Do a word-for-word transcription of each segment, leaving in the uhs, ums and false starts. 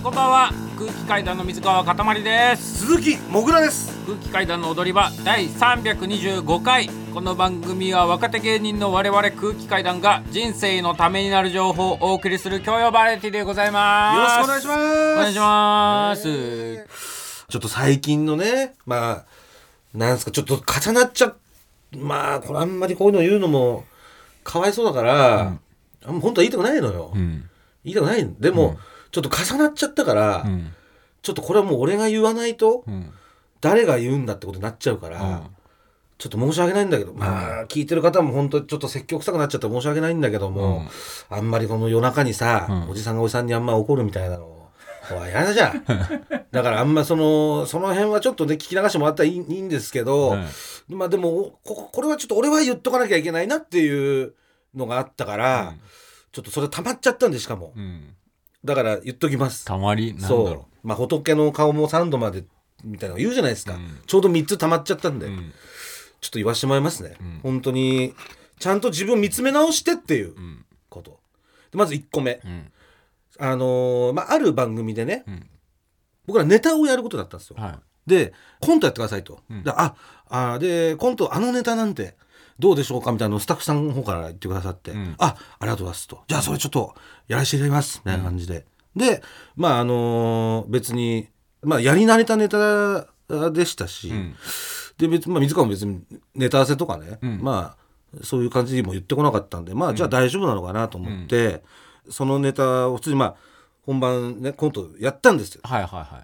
こんばんは。空気階段の水川かたまりです。 鈴木もぐらです。 空気階段の踊り場だいさんびゃくにじゅうごかい。この番組は若手芸人の我々空気階段が人生のためになる情報をお送りする教養バラエティでございます。 よろしくお願いします。 お願いします、 えー、ちょっと最近のね、まあなんですか、ちょっと重なっちゃっまあこれあんまりこういうの言うのもかわいそうだから、うん、本当は言いたくないのよ、うん、言いたくない。でも、うん、ちょっと重なっちゃったから、うん、ちょっとこれはもう俺が言わないと、うん、誰が言うんだってことになっちゃうから、うん、ちょっと申し訳ないんだけど、まあ聞いてる方も本当にちょっと積極臭くなっちゃって申し訳ないんだけども、うん、あんまりこの夜中にさ、うん、おじさんがおじさんにあんま怒るみたいなのおいやだじゃんだからあんまそのその辺はちょっとね聞き流してもらったらいい、いいんですけど、うん、まあでも こ, これはちょっと俺は言っとかなきゃいけないなっていうのがあったから、うん、ちょっとそれ溜まっちゃったんで、しかも、うん、だから言っときます。 たまりなんだろう。 そう、まあ、仏の顔もさんどまでみたいなの言うじゃないですか、うん、ちょうどみっつ溜まっちゃったんで、うん、ちょっと言わしてもらいますね、うん、本当にちゃんと自分を見つめ直してっていうこと、でまずいっこめ、うん、あのーまあ、ある番組でね、うん、僕らネタをやることだったんですよ、はい、でコントやってくださいと、うん、でああでコントあのネタなんてどうでしょうかみたいなのをスタッフさんの方から言ってくださって、うん、あありがとうございますと、じゃあそれちょっとやらせていただきますみたいな感じで、うん、でまああのー、別に、まあ、やり慣れたネタでしたし、うん、で別、まあ、水川も別にネタ合わせとかね、うん、まあそういう感じにも言ってこなかったんで、まあじゃあ大丈夫なのかなと思って、うん、そのネタを普通にまあ本番ねコントやったんですよ、 はいはいはい、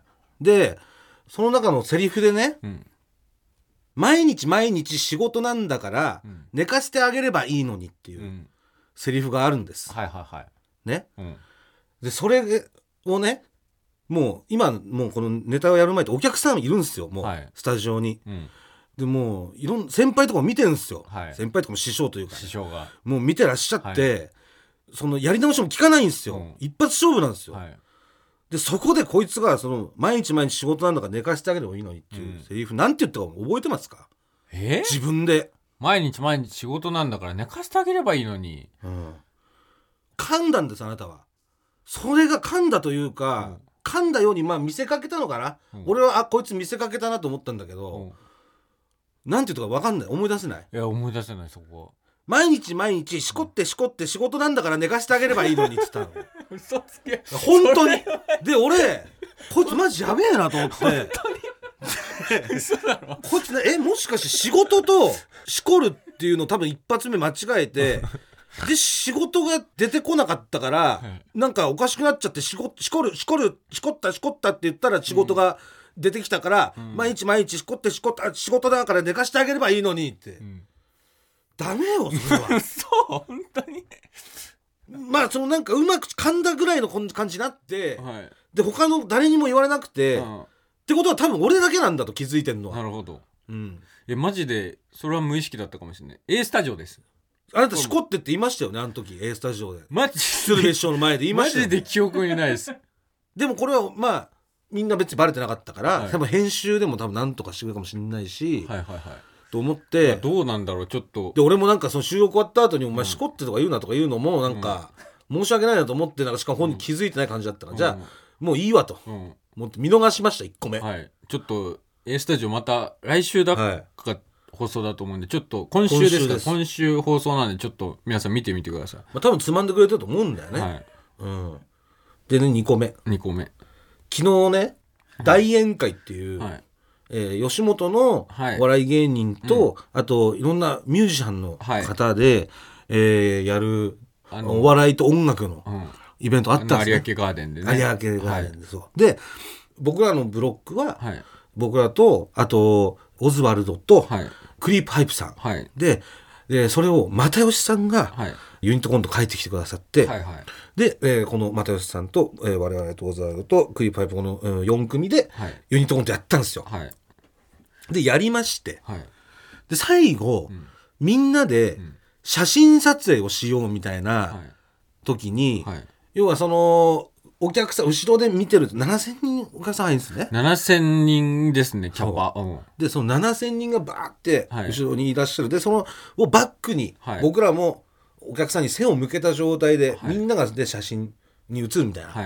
でその中のセリフでね、うん、毎日毎日仕事なんだから、うん、寝かせてあげればいいのにっていうセリフがあるんです、 うん、はいはいはいね、うん、でそれをねもう今もうこのネタをやる前ってお客さんいるんですよ、もう、はい、スタジオに、うん、でもういろんな先輩とかも見てるんですよ、はい、先輩とかも師匠というか、ね、 師匠がもう見てらっしゃって、はい、そのやり直しも聞かないんですよ、うん、一発勝負なんですよ、はい、でそこでこいつがその毎日毎日仕事なんだから寝かせてあげればいいのにっていうセリフ、うん、なんて言ったか覚えてますか？ えー、 自分で毎日毎日仕事なんだから寝かせてあげればいいのに、うん、 噛んだんです、あなたは。それが噛んだというか、うん、噛んだようにまあ見せかけたのかな、うん、俺はあこいつ見せかけたなと思ったんだけど、うん、なんて言うとか分かんない、思い出せない。 いや思い出せない。そこ毎日毎日しこってしこって仕事なんだから寝かしてあげればいいのにって言ったの嘘つけ本当にで俺こいつマジやべえなと思って本当に嘘だろこいつね、えもしかして仕事としこるっていうの多分一発目間違えてで仕事が出てこなかったから、はい、なんかおかしくなっちゃってしこ、しこるしこるしこったしこったって言ったら仕事が出てきたから、うん、毎日毎日しこってしこった仕事だから寝かしてあげればいいのにって、うん、ダメよそれはそう本当にまあそのなんかうまく噛んだぐらいの感じになって、はい、で他の誰にも言われなくて、うん、ってことは多分俺だけなんだと気づいてんのは。 なるほど、うん、えマジでそれは無意識だったかもしれない。 A スタジオです。 あなたしこってって言いましたよね、あの時 A スタジオでマジ鶴瓶師匠の前で言いましたよ、ね、 マジで記憶にないですでもこれはまあみんな別にバレてなかったから、はい、多分編集でも多分何とかしてくれるかもしれないし、はいはいはいと思って、 どうなんだろうちょっとで俺もなんかその収録終わった後にお前しこってとか言うなとか言うのもなんか申し訳ないなと思って、なんかしかも本人気づいてない感じだったから、うん、じゃあもういいわと、うん、もう見逃しましたいっこめ、 はい、ちょっと A スタジオまた来週だか、はい放送だと思うんで、ちょっと今週ですか、今週放送なんでちょっと皆さん見てみてください。 まあ、多分つまんでくれてると思うんだよね、はいうん、でねにこめにこめ昨日ね大宴会っていう、はいえー、吉本のお笑い芸人と、はいうん、あといろんなミュージシャンの方で、はいえー、やるお笑いと音楽のイベントあったんですね、 有明ガーデンでね有明ガーデンで、はい、そうで僕らのブロックは、はい、僕らとあとオズワルドと、はいクリープハイプさん、はい、で, でそれを又吉さんがユニットコント書いてきてくださって、はいはい、で、えー、この又吉さんと、えー、我々とオズワルドとクリープハイプこの、うん、よん組でユニットコントやったんですよ、はい、でやりまして、はい、で最後、うん、みんなで写真撮影をしようみたいな時に、はいはい、要はそのお客さん後ろで見てるななせんにんお客さん入るんですね。 ななせんにんですねキャパ、うん、 でそのななせんにんがバーって後ろにいらっしゃる、はい、でそのをバックに僕らもお客さんに背を向けた状態で、はい、みんながで写真に写るみたいな、はい、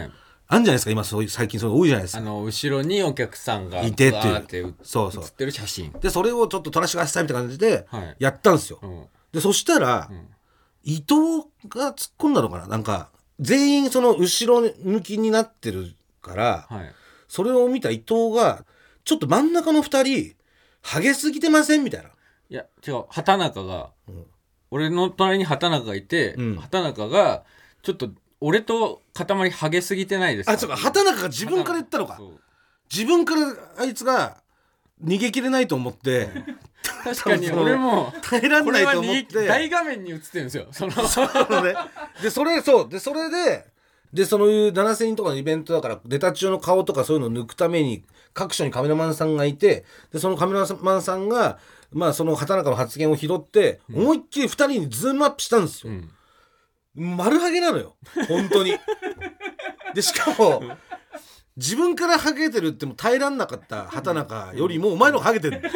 あんじゃないですか今そういう最近そういうの多いじゃないですか。 あの後ろにお客さんがいてっていうバーってうそうそう写ってる写真。 でそれをちょっと撮らせてくださいみたいな感じではいやったんですよ、 うんでそしたら、 ん伊藤が突っ込んだのかな、なんか全員その後ろ向きになってるから、 はいそれを見た伊藤がちょっと真ん中のふたりハゲすぎてませんみたいな。 いや違う、畑中が、 ん俺の隣に畑中がいて、 うん畑中がちょっと俺と塊ハゲすぎてないですか。 あそうか、畑中が自分から言ったのか。 そう自分からあいつが逃げきれないと思って、 確かに俺も耐えらんこれはないと思っ逃げて大画面に映ってるんですよ。そのそうねでそれそうでそれででそういうななせんにんとかのイベントだから出たちの顔とかそういうのを抜くために各所にカメラマンさんがいて、でそのカメラマンさんがまあその畑中の発言を拾って、うん、思いっきりふたりにズームアップしたんですよ、うん、丸ハゲなのよ本当にでしかも自分からハゲてるっても耐えらんなかった畑中よりもお前のハゲてる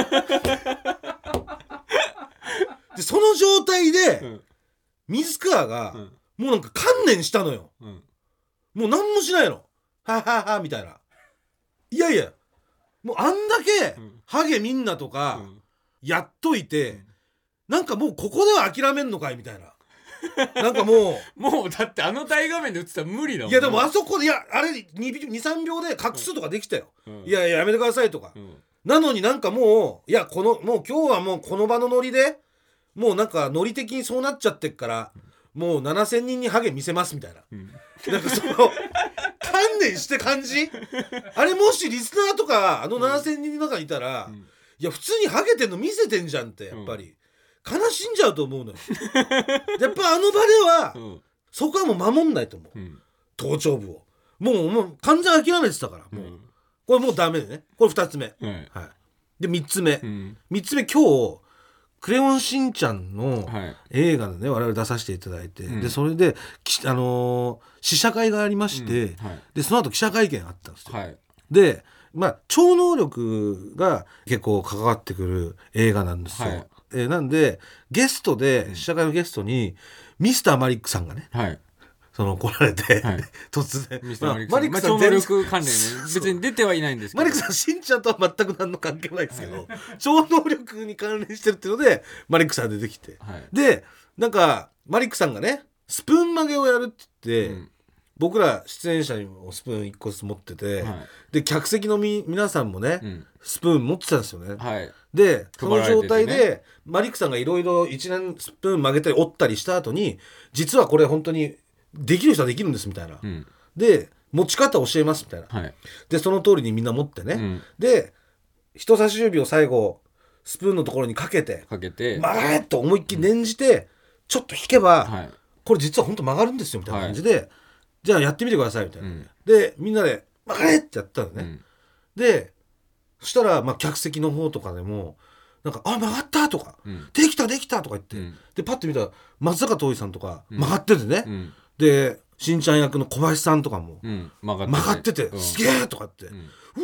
でその状態で、うん、水川が、うん、もうなんか観念したのよ、うん、もう何もしないのはははみたいな。いやいやもうあんだけ、うん、ハゲみんなとか、うん、やっといて、うん、なんかもうここでは諦めんのかいみたいななんかもうもうだってあの大画面で映ったら無理だもん。 いやでもあそこでいやあれ にさんびょうで隠すとかできたよ、うん、いやいややめてくださいとか、うん、なのになんかもういやこのもう今日はもうこの場のノリでもうなんかノリ的にそうなっちゃってっから、うん、もうななせんにんにハゲ見せますみたいな、うん、なんかその観念して感じあれもしリスナーとかあのななせんにんの中にいたら、うん、いや普通にハゲてんの見せてんじゃんってやっぱり、うん、悲しんじゃうと思うのよやっぱあの場では、うん、そこはもう守んないと思う、うん、頭頂部をもう、もう完全諦めてたからもう、うん、これもうダメでね。これふたつめ、うん、はい、でみっつめ、うん、みっつめ今日クレヨンしんちゃんの映画でね、はい、我々出させていただいて、うん、でそれであのー、試写会がありまして、うんはい、でその後記者会見あったんですよ、はい、でまあ超能力が結構関わってくる映画なんですよ、はい、えー、なんでゲストで試写会のゲストにミスターマリックさんがね、はい、その来られて、はい、突然ミスターマリックさん、まあ、マリックさん、まあ、超能力関連ね別に出てはいないんですけどマリックさんしんちゃんとは全く何の関係もないですけど、はい、超能力に関連してるっていうのでマリックさん出てきて、はい、でなんかマリックさんがねスプーン曲げをやるって言って、うん、僕ら出演者にもスプーンいっこずつ持ってて、はい、で客席のみ皆さんもね、うん、スプーン持ってたんですよね、はい、でその状態で、ね、マリックさんがいろいろ一連スプーン曲げたり折ったりした後に実はこれ本当にできる人はできるんですみたいな、うん、で持ち方教えますみたいな、はい、でその通りにみんな持ってね、うん、で人差し指を最後スプーンのところにかけてかけてまーっと思いっきり念じて、うん、ちょっと引けば、はい、これ実は本当曲がるんですよみたいな感じで、はい、じゃあやってみてくださいみたいな、うん、でみんなで曲がれってやったのね、うん、でそしたら、まあ、客席の方とかでもなんかあ曲がったとか、うん、できたできたとか言って、うん、でパッと見たら松坂桃李さんとか曲がっててね、うんでしんちゃん役の小林さんとかも曲がってて、うん、すげえとかって、うん、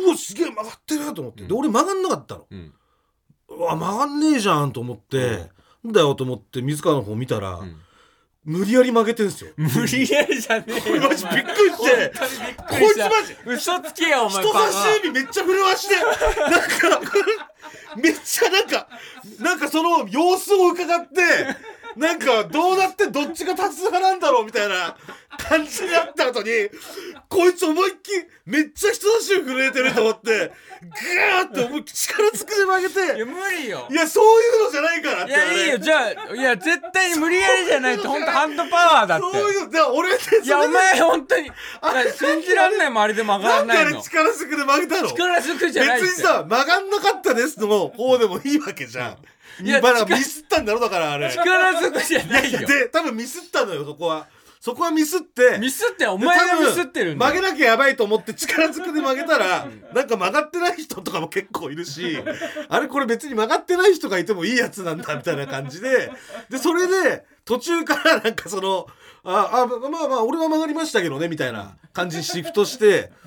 うわすげえ曲がってると思って、うん、で俺曲がんなかったの、うん、うわ曲がんねえじゃんと思って、うん、なんだよと思って水川の方見たら、うん、無理やり曲げてんすよ。 無理やりじゃねえよマジびっくりしてこいつマジ嘘つけよお前人差し指めっちゃ震わしてなんかめっちゃなんかなんかその様子を伺ってなんかどうなってどっちが多数派なんだろうみたいな感じになった後にこいつ思いっきりめっちゃ人差し指震えてると思ってグーって思いっきり力つくで曲げていや無理よいやそういうのじゃないからっていやいいよじゃあいや絶対に無理やりじゃないと本当ハンドパワーだってそういうのだから俺っていやお前本当に信じらんない周りで曲がらないのなんか力つくで曲げたの力つくじゃないって別にさ曲がんなかったですの方でもいいわけじゃん、うんいやミスったんだろだからあれ力ずくじゃないよで多分ミスったのよそこはそこはミスってミスってお前がミスってるんだ曲げなきゃやばいと思って力ずくで曲げたらなんか曲がってない人とかも結構いるしあれこれ別に曲がってない人がいてもいいやつなんだみたいな感じででそれで途中からなんかそのああまあまあ俺は曲がりましたけどねみたいな感じにシフトして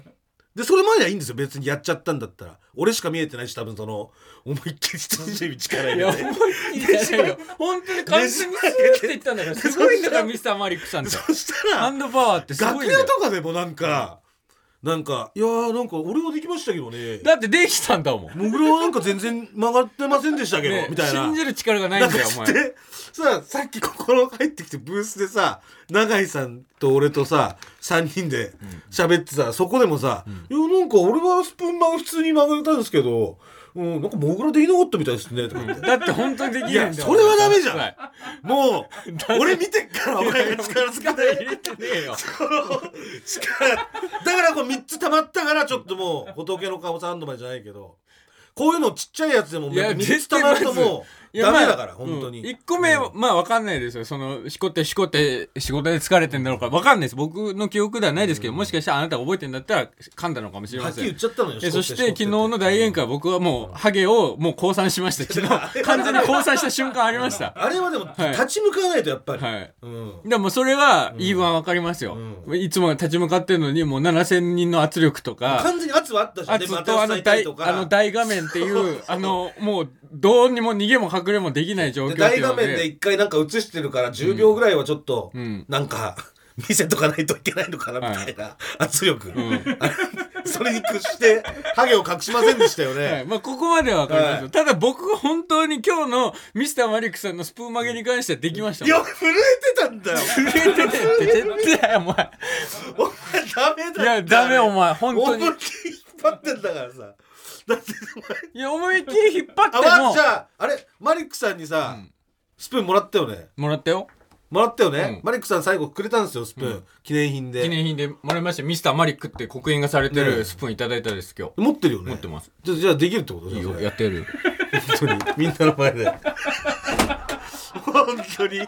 でそれまではいいんですよ別にやっちゃったんだったら。俺しか見えてないし多分その思いっきり人差し指力入いやれて思いっきりじゃないよ本当に完全にスーって言ったんだからすごいんだからミスターマリックさんってそしたらハンドパワーってすごいんだよ楽屋とかでもなんか、うん、なんかいやーなんか俺はできましたけどねだってできたんだもんもぐらはなんか全然曲がってませんでしたけど、ね、みたいな信じる力がないんだよお前でささっきここの入ってきてブースでさ永井さんと俺とささんにんで喋ってさ、うん、そこでもさ、うん、いやなんか俺はスプーン曲が普通に曲がれたんですけどうん、なんかモグラできなかったみたいですねとか言って、 だって本当にできないんだよ。 いやそれはダメじゃん、はい、もう俺見てっからお前が力使って入れてねえよその力だからこうみっつ溜まったからちょっともう仏の顔サンドまでじゃないけどこういうのちっちゃいやつでもみっつ溜まるともうダメだから、まあ、本当に、 うん、いっこめ、うん、まあ分かんないですよそのしこってしこって仕事で疲れてんだろうから分かんないです僕の記憶ではないですけど、うん、もしかしたらあなたが覚えてんだったら噛んだのかもしれません。 はっきり言っちゃったのよ。 そして昨日の大宴会、うん、僕はもうハゲをもう降参しました昨日完全に降参した瞬間ありましたあれはでも、はい、立ち向かわないとやっぱり、 はいうん、でもそれは言い分は分かりますよ、うん、いつも立ち向かってるのにもうななせんにんの圧力とか完全に圧はあったし圧とあの大あの大画面っていうあのもうどうにも逃げも隠れもできない状況大画面で一回なんか映してるからじゅうびょうぐらいはちょっとなんか見せとかないといけないのかなみたいな圧力、うん、それに屈してハゲを隠しませんでしたよね、 はいまあ、ここまでは分かりますよ、はい、ただ僕が本当に今日のミスターマリックさんのスプーン曲げに関してはできましたもん。 いや震えてたんだよ震えててって絶対お前お前ダメだいやダメお前本当に思いっきり引っ張ってんだからさだっていや思いっきり引っ張ってもあ、じゃああれマリックさんにさ、うん、スプーンもらったよね。 もらったよもらったよね、うん、マリックさん最後くれたんですよスプーン、うん、記念品で記念品でもらいましたミスターマリックって刻印がされてるスプーンいただいたです今日。 持ってるよね。 持ってます。 じゃあ、じゃあできるってこと？ いいよやってやるよ本当にみんなの前で本当にさ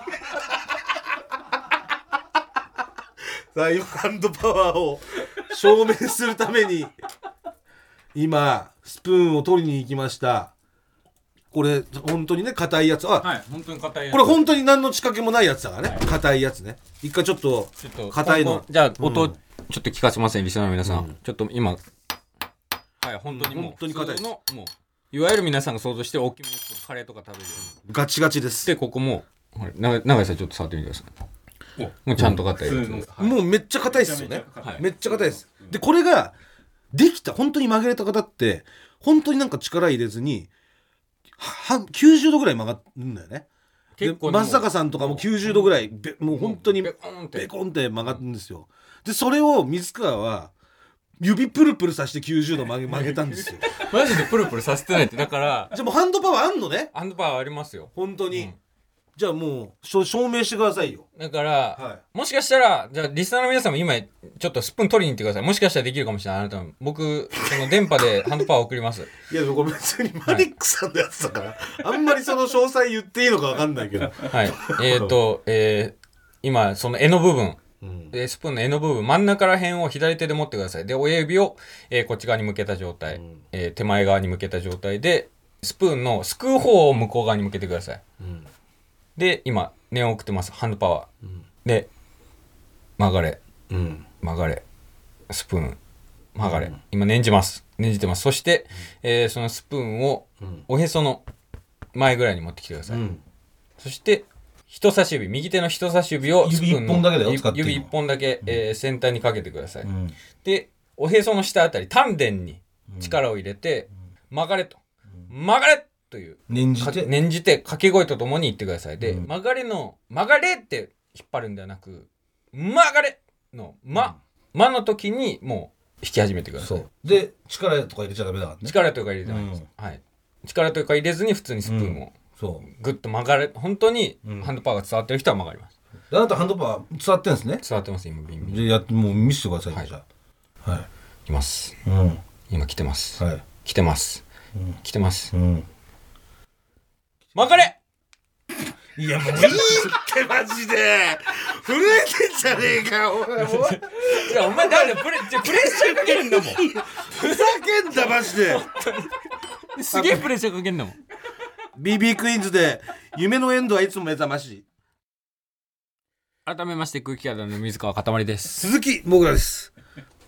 あ今ハンドパワーを証明するために今スプーンを取りに行きました。これ本当にね硬いやつあ、 はい、本当に硬いやつこれ本当に何の仕掛けもないやつだからね、硬、はい、いやつね。一回ちょっと硬いのじゃあ音、うん、ちょっと聞かせませんリスナーの皆さん、うん、ちょっと今はい本当にもう、 本当に硬いです。 のもういわゆる皆さんが想像して大きめのカレーとか食べるガチガチです。 でここも長井さんちょっと触ってみてください。もうちゃんと硬いやつ、うんはい、もうめっちゃ硬いっすよね。めっちゃ硬いです。でこれができた本当に曲げれた方って本当になんか力入れずにきゅうじゅうどぐらい曲がるんだよね。結構松坂さんとかもきゅうじゅうどぐらいもう本当にベコンって曲がるんですよ。でそれを水川は指プルプルさせてきゅうじゅうど曲げ、曲げたんですよマジでプルプルさせてないってだからじゃあもうハンドパワーあんのね。 ハンドパワーありますよ本当に、うん、じゃあもう証明してくださいよ。 だから、はい、もしかしたらじゃあリスナーの皆さんも今ちょっとスプーン取りに行ってください。もしかしたらできるかもしれない。あなたも僕その電波でハンドパワー送りますいやこれ別にマリックさんのやつだから、はい、あんまりその詳細言っていいのか分かんないけどはいえっ、ー、と、えー、今その柄の部分、うん、でスプーンの柄の部分真ん中ら辺を左手で持ってください。で親指を、えー、こっち側に向けた状態、うんえー、手前側に向けた状態でスプーンのすくう方を向こう側に向けてください、うんで今念を送ってますハンドパワー、うん、で曲がれ、うん、曲がれスプーン曲がれ、うん、今念じます念じてます。そして、うんえー、そのスプーンをおへその前ぐらいに持ってきてください、うん、そして人差し指右手の人差し指をスプーンの指いっぽんだけだよ使って指いっぽんだけ、えー、先端にかけてください、うん、でおへその下あたり丹田に力を入れて、うん、曲がれと曲がれという念じて念じて掛け声とともに言ってください。で、うん、曲がれの曲がれって引っ張るんではなく曲がれのま、うん、まの時にもう引き始めてください。そうで力とか入れちゃダメだからね。 力とか入れてないです、うんはい、力とか入れずに普通にスプーンを、うん、そうグッと曲がれ本当にハンドパワーが伝わってる人は曲がります、 うん、あなたハンドパワー伝わってるんですね。 伝わってます今ビンビンでやってもう見せてください、はい、じゃあはいいきます、 うん、 今来てます、 はい、 来てます、うん、来てます、 うん曲がれいやもういいってマジで震えてんじゃねえかお前いやお前だってプレプレッシャーかけるんだもんふざけんだマジですげえプレッシャーかけんだもんビービー クイーンズで夢のエンドはいつも目覚ましい。 改めまして空気階段の水川かたまりです。 鈴木もぐらです。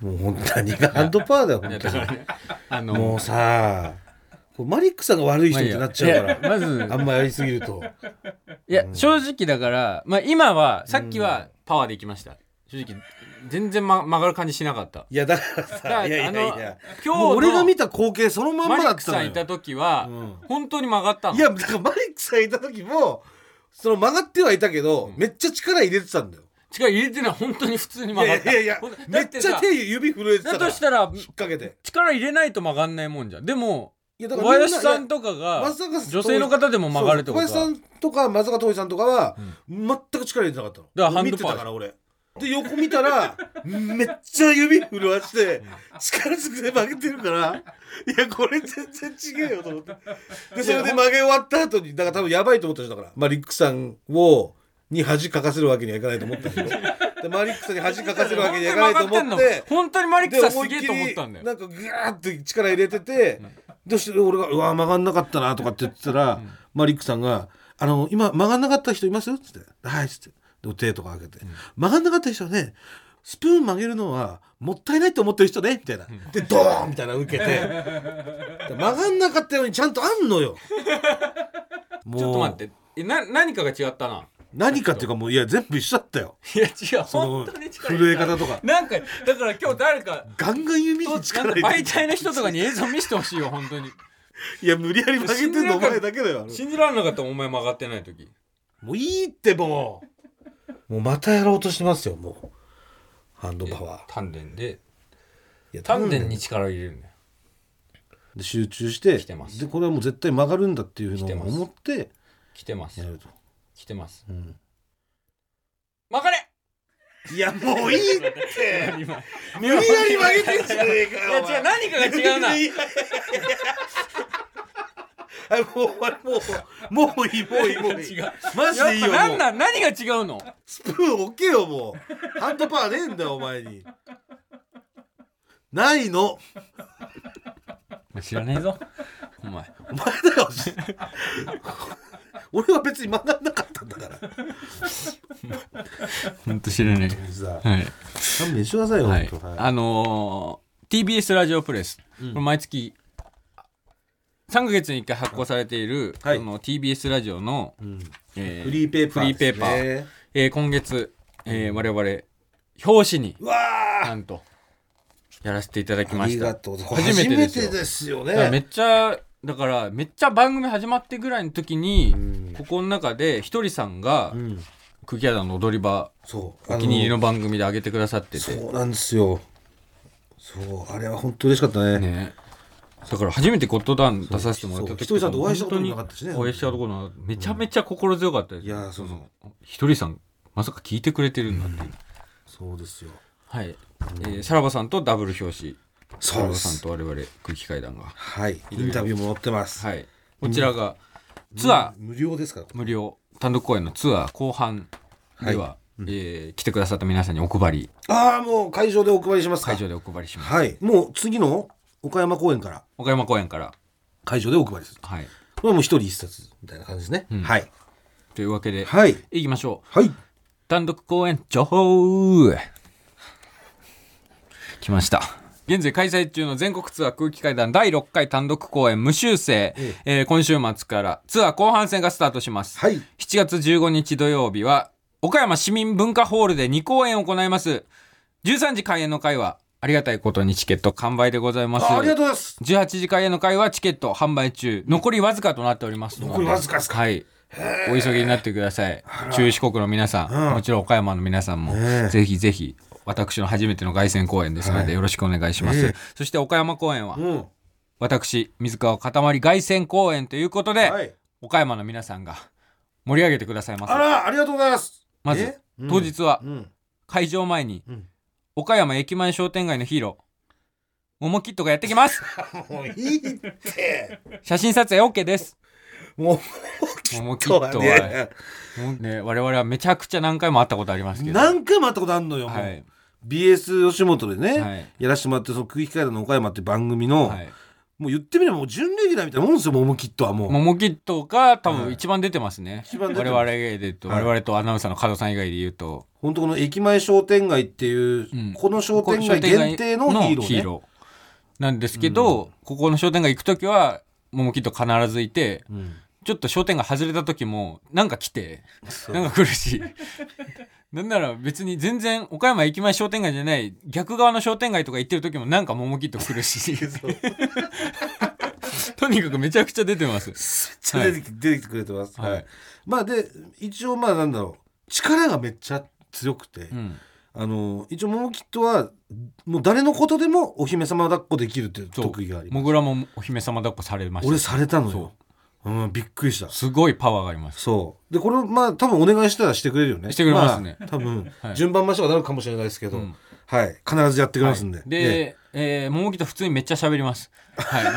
もう本当に何がハンドパワーだよ本当に、ね、あのもうさマリックさんが悪い人ってなっちゃうから、まあ、まずあんまやりすぎるといや、うん、正直だから、まあ、今はさっきはパワーでいきました、うん、正直全然、ま、曲がる感じしなかった。 いやだからさ、いやいやいや今日の俺が見た光景そのまんまだったのよ。 マリックさんいた時は、うん、本当に曲がったの。 いやだからマリックさんいた時もその曲がってはいたけど、うん、めっちゃ力入れてたんだよ。 力入れてない本当に普通に曲がった。 いやいやいやめっちゃ手指震えてたから。 だとしたら引っ掛けて力入れないと曲がんないもんじゃん。でも小林さんとかが女性の方でも曲がるってことは小林さんとか松坂桃李さんとかは、うん、全く力入れてなかったの。 だからハンドパワー見てたから俺で横見たらめっちゃ指震わして力ずくで曲げてるからいやこれ全然違えよと思ってでそれで曲げ終わった後にだから多分やばいと思った人だからマリックさんをに恥かかせるわけにはいかないと思ったけどでマリックさんに恥かかせるわけにはいかないと思って本当にマリックさんすげえと思ったんだよ。 なんかグーって力入れてて、うん、どうして俺がうわ曲がんなかったなとかって言ってたら、うん、マリックさんがあの今曲がんなかった人いますっつってはいっつって手とか上げて、うん、曲がんなかった人はねスプーン曲げるのはもったいないと思ってる人ねみたいなでドーンみたいな受けて曲がんなかったようにちゃんとあんのよもうちょっと待ってな何かが違ったな。 何かっていうかもういや全部一緒だったよ。 いや違う本当に力震え方とかなんかだから今日誰かガンガン指に力入れて媒体の人とかに映像見せてほしいよ本当に。 いや無理やり曲げてんのお前だけだよ。 信じられなかったもんお前曲がってない時。 もういいってもうもうまたやろうとしてますよもうハンドパワー丹田でいや丹田に力を入れるんだよ。 で集中して来てます。 でこれはもう絶対曲がるんだっていうのを思って来てますやると来てます、 うん、 曲がれ。 いやもういいって無理やり曲げてんじゃねえかよ。 いや違う何かが違うな。 もうもうもういいもういいもういい違うマジでいいよ。 なんなん何が違うの。 スプーン置けよもうハンドパワーねえんだよお前にないの知らねえぞお前お前だよ俺は別に曲がんなかったんだからほんと知らねえ。はい勘弁してくださいよ、はい、 あのー、ティービーエス ラジオプレス、うん、これ毎月さんかげつにいっかい発行されている、はい、その ティービーエス ラジオの、うんえー、 フリーペーパー、 フリーペーパー、えー、今月、えー、我々表紙になんとやらせていただきました。 ありがとうございます。初めてですよね。 めっちゃだからめっちゃ番組始まってぐらいの時に、うん、ここの中でひとりさんが、うん、空気階段の踊り場そうお気に入りの番組で上げてくださっててそうなんですよ。そうあれは本当嬉しかったね。 ねだから初めてゴッドダウン出させてもらった時ひとりさんとお会いしたことなかったしね。 お会いしたことなめちゃめちゃ心強かったです、 うん、いやそうそうひとりさんまさか聞いてくれてるんだって、うん、 そうですよ。 はい、うんえー、さらばさんとダブル表紙そうです。 さらばさんと我々空気階段がはいインタビューも載ってます。 はいこちらがツアー無料ですから無料単独公演のツアー後半では、はいうんえー、来てくださった皆さんにお配りああもう会場でお配りしますか。 会場でお配りします。 はいもう次の岡山公演から岡山公演から会場でお配りする。 はいこれも一人一冊みたいな感じですね、うん、はいというわけで、 はい、 いきましょう。はい単独公演情報来ました。現在開催中の全国ツアー空気階段だいろっかい単独公演無修正、えええー、今週末からツアー後半戦がスタートします、 はい、 しちがつじゅうごにち土曜日は岡山市民文化ホールでに公演を行います。じゅうさんじ開演の回はありがたいことにチケット完売でございます。 あ, ありがとうございます。 じゅうはちじ開演の回はチケット販売中、残りわずかとなっておりますので残りわずかですか。 はいお急ぎになってください。中四国の皆さん、うん、もちろん岡山の皆さんもぜひぜひ私の初めての凱旋公演ですのでよろしくお願いします、はい、そして岡山公演は、うん、私水川かたまり凱旋公演ということで、はい、岡山の皆さんが盛り上げてくださいます。 あらありがとうございます。 まず、うん、当日は、うん、会場前に、うん、岡山駅前商店街のヒーローモモキットがやってきますもういいって写真撮影 OK です。 モモキットはね、ね我々はめちゃくちゃ何回も会ったことありますけど何回も会ったことあるのよ、 はい、 ビーエス 吉本でね、はい、やらせてもらってその空気階段の岡山って番組の、はい、 もう言ってみればもう準レギュラーみたいなもんですよ。モモキットはもうモモキットが多分一番出てますね、 一番出てます。 我々で言うと、はい、我々とアナウンサーの加藤さん以外で言うと本当この駅前商店街っていう、うん、この商店街限定のヒーロー、ね、ヒーローなんですけど、うん、ここの商店街行くときはモモキット必ずいて、うん、ちょっと商店街外れた時もなんか来てなんか来るしなんなら別に全然岡山駅前商店街じゃない逆側の商店街とか行ってる時もなんかモモキット来るしとにかくめちゃくちゃ出てます。 めっちゃ出てきて、はい、出てきてくれてます、はい、まあで一応まあなんだろう力がめっちゃ強くて、うん、あの一応モモキットはもう誰のことでもお姫様抱っこできるっていう特技があります。 モグラもお姫様抱っこされました。 俺されたのよ。うん、びっくりした。 すごいパワーがあります。 そうでこれまあ多分お願いしたらしてくれるよね。 してくれますね、 まあ、多分、はい、順番待ちはなるかもしれないですけど、うん、はい必ずやってくれますんで、はい、 で、ねえー、モモキット普通にめっちゃ喋りますはい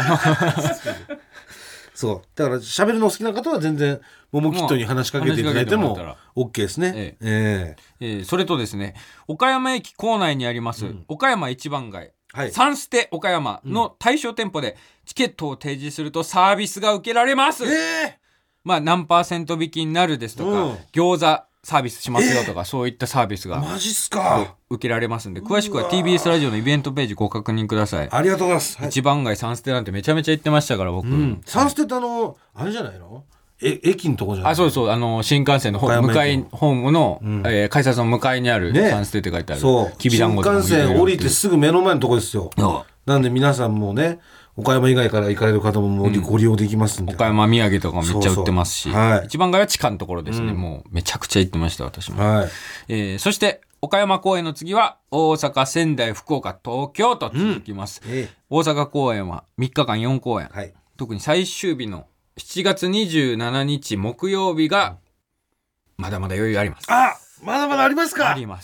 そうだから喋るの好きな方は全然モモキットに話しかけていただいても OK ですね、えええーえー、それとですね岡山駅構内にあります、うん、岡山一番街、はい、サンステ岡山の対象店舗でチケットを提示するとサービスが受けられます、えーまあ、何パーセント引きになるですとか、うん、餃子サービスしますよとか、えー、そういったサービスがマジっすか受けられますんで詳しくは ティービーエス ラジオのイベントページご確認ください。 ありがとうございます、 はい、一番街サンステなんてめちゃめちゃ行ってましたから僕、うん、 サンステってあのあれじゃないのえ駅のとこじゃないあそうそうあの新幹線の向かいホームの、うんえー、改札の向かいにある、ね、サンステって書いてあるそう新幹線降りてすぐ目の前のとこですよ、うん、なんで皆さんもね岡山以外から行かれる方ももうご利用できますんで、うん、 岡山土産とかめっちゃ売ってますし、そうそう、はい、一番街は地下のところですね、うん、もうめちゃくちゃ行ってました私も、はいえー、そして岡山公演の次は大阪仙台福岡東京と続きます、うんえー、大阪公演はみっかかんよん公演、はい、特に最終日のしちがつにじゅうしちにち木曜日がまだまだ余裕あります。 あまだまだありますか。 あります。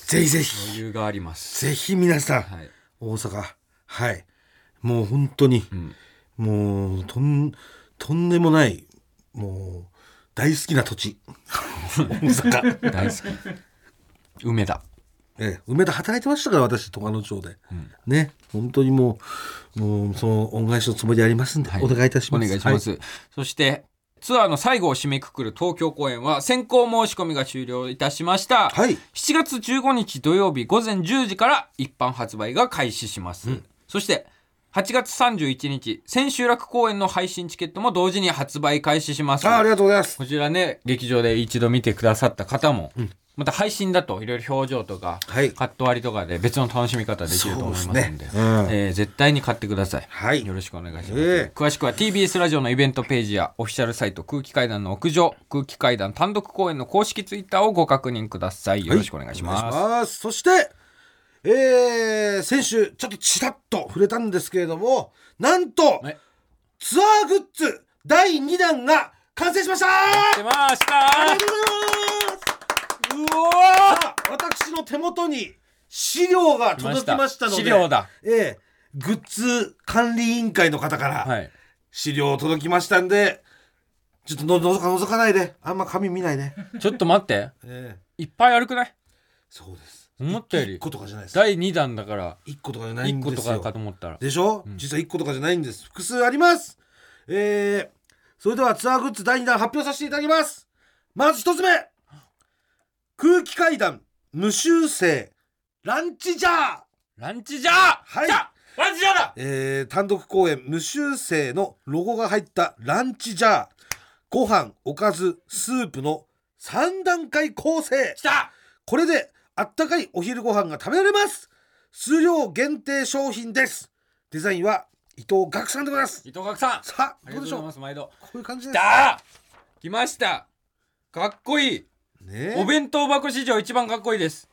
ぜひぜひ余裕があります。 ぜひ皆さん、はい、大阪はいもう本当に、うん、もうとんとんでもないもう大好きな土地大阪大好き梅田ええ、梅田働いてましたから私十和野町で、うん、ね本当にもうもうその恩返しのつもりありますんで、はい、お願いいたします。 お願いします、はい、そしてツアーの最後を締めくくる東京公演は先行申し込みが終了いたしました、はい、しちがつじゅうごにち土曜日午前じゅうじから一般発売が開始します、うん、そしてはちがつさんじゅういちにち千秋楽公演の配信チケットも同時に発売開始します。 あ, ありがとうございます。 こちらね劇場で一度見てくださった方も、うんまた配信だといろいろ表情とか、はい、カット割りとかで別の楽しみ方できると思いますの で, で、ねうんえー、絶対に買ってください、はい、よろしくお願いします、えー、詳しくは ティービーエス ラジオのイベントページやオフィシャルサイト空気階段の屋上空気階段単独公演の公式ツイッターをご確認ください。よろしくお願いします、はい、お願いします。 そしてえー、先週ちょっとちらっと触れたんですけれどもなんとツアーグッズだいにだんが完成しました。 出ました。 ありがとうございます。うわ私の手元に資料が届きましたので資料だ、 ええ、グッズ管理委員会の方から資料届きましたんでちょっとのぞか覗かないであんま紙見ないでちょっと待って、ええ、いっぱいあるくない？ そうです思ったよりいっことかじゃないです。 だいにだんだからいっことかじゃないんですよ。 いっことかかと思ったらでしょ、うん、実はいっことかじゃないんです。複数あります。えー、それではツアーグッズだいにだん発表させていただきます。まずひとつめ空気階段無修正ランチジャーランチジャーはいランチジャーだ、 えー、単独公演無修正のロゴが入ったランチジャーご飯おかずスープのさんだんかい構成きた。 これであったかいお昼ご飯が食べられます。数量限定商品です。デザインは伊藤岳さんでございます。 伊藤岳さんさあどうでしょう。 毎度こういう感じです。 きた来ましたかっこいいね、お弁当箱史上一番かっこいいです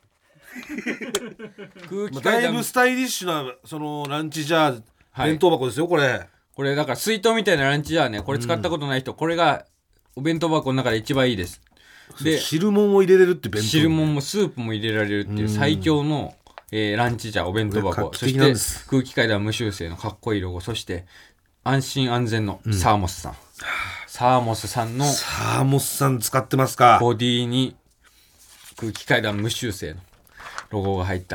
空気階段だいぶスタイリッシュなそのランチジャー、はい、弁当箱ですよこれ。 これだから水筒みたいなランチジャーねこれ使ったことない人、うん、これがお弁当箱の中で一番いいです。 で汁物も入れれるって弁当汁物もスープも入れられるっていう最強の、えー、ランチジャーお弁当箱そして空気階段無修正のかっこいいロゴそして安心安全のサーモスさん、うんサーモスさんのサーモスさん使ってますか。 ボディに空気階段無修正のロゴが入った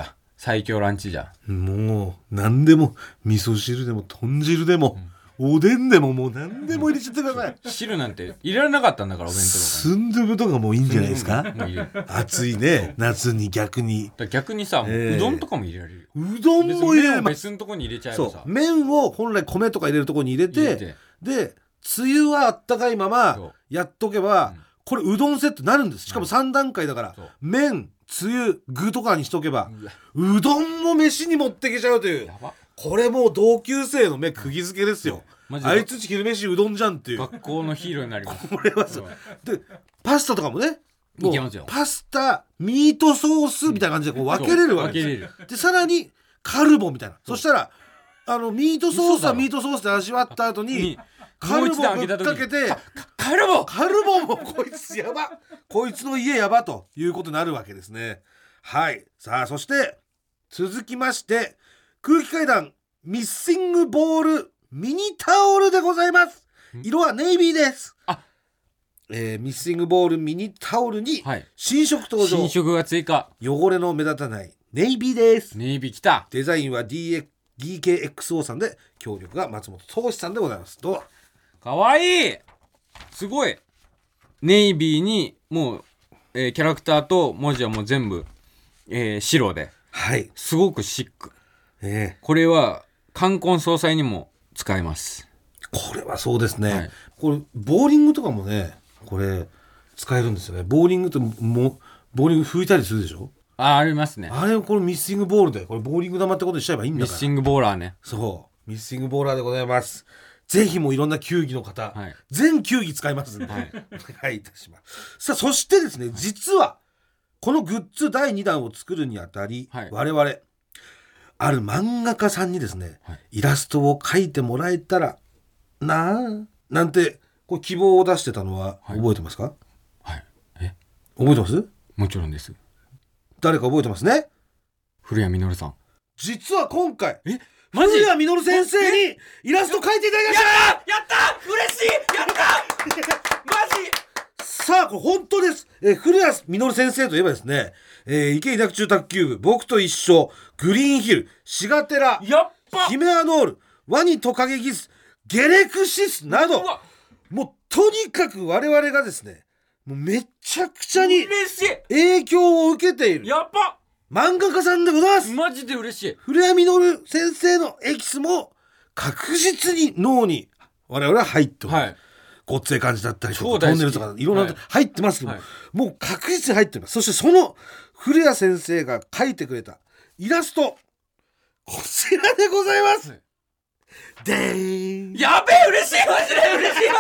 最強ランチじゃん。もう何でも味噌汁でも豚汁でも、うん、おでんでももう何でも入れちゃってください。 汁なんて入れられなかったんだからお弁当とかスンドゥブとかもいいんじゃないですか。暑いね夏に逆に逆にさ、えー、うどんとかも入れられるよ。 うどんも入れます。 別のとこに入れちゃえばさ、 そう麺を本来米とか入れるとこに入れて、入れてでつゆはあったかいままやっとけば、うん、これうどんセットになるんです。しかもさん段階だから、うん、麺つゆ具とかにしとけば、う, うどんも飯に持ってけちゃうという。やば、これもう同級生の目釘付けですよ。あいつち昼飯うどんじゃんっていう学校のヒーローになります。 これはそうでパスタとかもね、もういけますよ。 パスタミートソースみたいな感じでこう分けれるわけです。でさらにカルボみたいな、そしたらあのミートソースはミートソースで味わった後にカルボぶっかけて、 カルボカルボもこいつやばこいつの家やばということになるわけですね。はい、さあそして続きまして空気階段ミッシングボールミニタオルでございます。色はネイビーです。あ、えー、ミッシングボールミニタオルに新色登場、 新色が追加、 汚れの目立たないネイビーです。 ネイビーきた。 デザインは ディーケーエックスオー さんで協力が松本投資さんでございます。どうぞ。 かわいい、すごい。ネイビーにもう、えー、キャラクターと文字はもう全部、えー、白で、 はい、 すごくシック、 えー、 これは冠婚葬祭にも使えます。 これはそうですね、はい、これボーリングとかもねこれ使えるんですよね。ボーリングってもボーリング拭いたりするでしょ。 あ、ありますね。 あれをこれミッシングボールでこれボーリング玉ってことにしちゃえばいいんだから。 ミッシングボーラーね。 そうミッシングボーラーでございます。ぜひもういろんな球技の方、はい、全球技使いますんで、はい、お願いいたします。さあそしてですね、実はこのグッズだいにだんを作るにあたり、はい、我々ある漫画家さんにですね、はい、イラストを描いてもらえたらなあなんてこう希望を出してたのは覚えてますか。 はい、え覚えてます。もちろんです。 誰か覚えてますね。 古谷実さん。 実は今回えマジ古谷実先生にイラスト描いていただきました。 やったやった嬉しいやったマジさあこれ本当です。えー、古谷実先生といえばですね、えー、池井田中卓球部、僕と一緒、グリーンヒル、シガテラ、 やっぱヒメアノール、ワニトカゲギス、ゲレクシスなど、もうとにかく我々がですねもうめちゃくちゃに影響を受けているやっぱ漫画家さんでございます。 マジで嬉しい。 古谷実先生のエキスも確実に脳に我々は入ってます、はい、ごっつえ感じだったりとかトンネルとかいろんな、はい、入ってますけども、はい、もう確実に入ってます。そしてその古谷先生が描いてくれたイラストこちらでございます、はい、でーん。 やべえ嬉しいマジで嬉しいや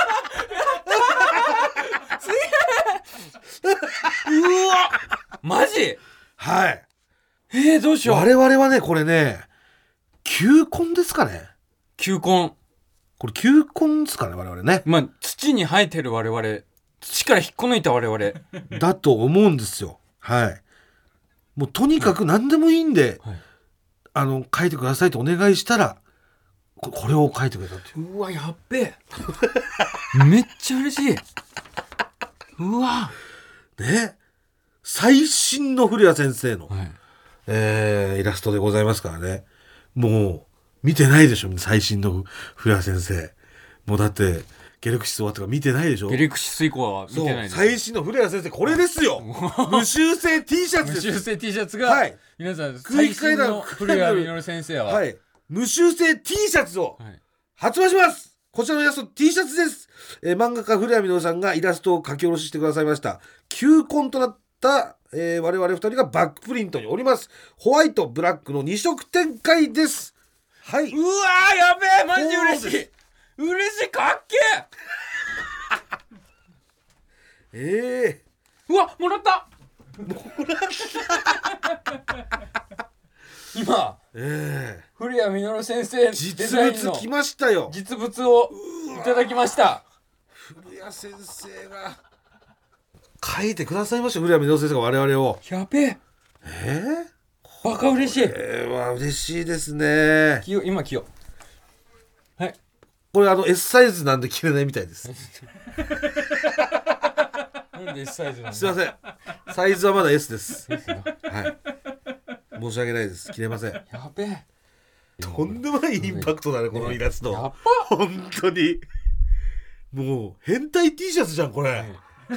ったすげえうわマジはい。 えー、どうしよう。 我々はねこれね球根ですかね。 球根これ球根ですかね我々ね。 まあ土に生えてる我々、土から引っこ抜いた我々 だと思うんですよ。はい。もうとにかく何でもいいんで、はい、あの書いてくださいとお願いしたらこ, これを書いてくれたっていう。 うわやっべえめっちゃ嬉しい。うわね最新の古谷先生の、はい、えー、イラストでございますからね。もう見てないでしょ最新の古谷先生。もうだってゲレクシス終わったから見てないでしょ。 ゲレクシス以降は見てないです。 最新の古谷先生これですよ無修正 T シャツです。 無修正 T シャツが、 はい、 皆さん最新の古谷実先生は、 はい、無修正 T シャツを発売します、はい。こちらのイラスト T シャツです、えー、漫画家古谷実さんがイラストを書き下ろししてくださいました。球根となった、えー、我々ふたりがバックプリントにおります。ホワイトブラックのに色展開です。はい。 うわーやべえマジで嬉しい嬉しいかっけええー、うわもらったもらった今、 えー、 古谷実先生実物来ましたよ。 実物をいただきました。 古谷先生が書いてくださいました。古谷実先生が我々を。 やべええー、バカ嬉しい。 これは嬉しいですね。 着よ今着よはいこれあの S サイズなんで着れないみたいですなんで S サイズなんだ。 すいませんサイズはまだ S ですはい申し訳ないです。切れません。 やべえ。 とんでもないインパクトだね、このイラスト。 やっば。 本当に。もう変態 T シャツじゃんこれ。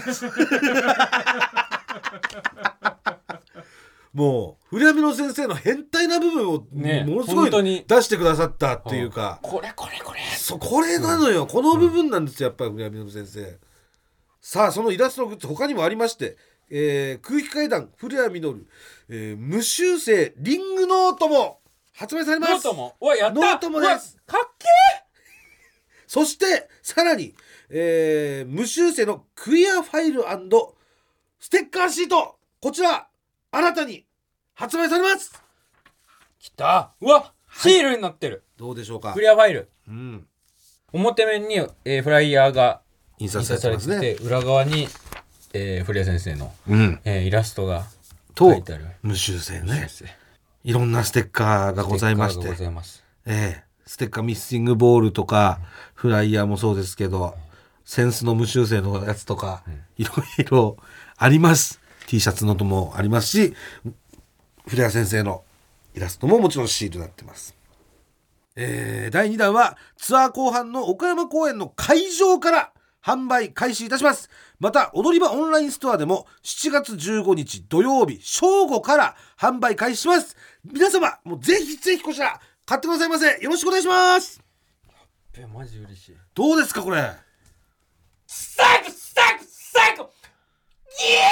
もう古谷の先生の変態な部分を、ね、ものすごい出してくださったっていうか、 これこれこれそうこれなのよ、うん、この部分なんですよやっぱり古谷の先生。さあそのイラストのグッズ他にもありまして、えー、空気階段古谷実、えー、無修正リングノートも発売されます。 ノートもうわやったノートもです。 かっけー。 そしてさらに、えー、無修正のクリアファイル&ステッカーシート、こちら新たに発売されます。 きた。うわシールになってる、 はい、どうでしょうか。 クリアファイル、 うん、 表面に、えー、フライヤーが印刷されてますね。 印刷されてて裏側に、えー、古谷先生の、うんえー、イラストが書いてある。 無修正ね。いろんなステッカーがございまして、ステッカーがございます、えー、ステッカーミッシングボールとか、うん、フライヤーもそうですけど、うん、センスの無修正のやつとか、うん、いろいろあります。 T シャツのともありますし、古谷先生のイラストももちろんシールになってます。えー、だいにだんはツアー後半の岡山公演の会場から販売開始いたします。また踊り場オンラインストアでもしちがつじゅうごにち土曜日正午から販売開始します。皆様もうぜひぜひこちら買ってくださいませ。よろしくお願いします。 やっべマジ嬉しい。 どうですかこれ。 サクサクサクイエ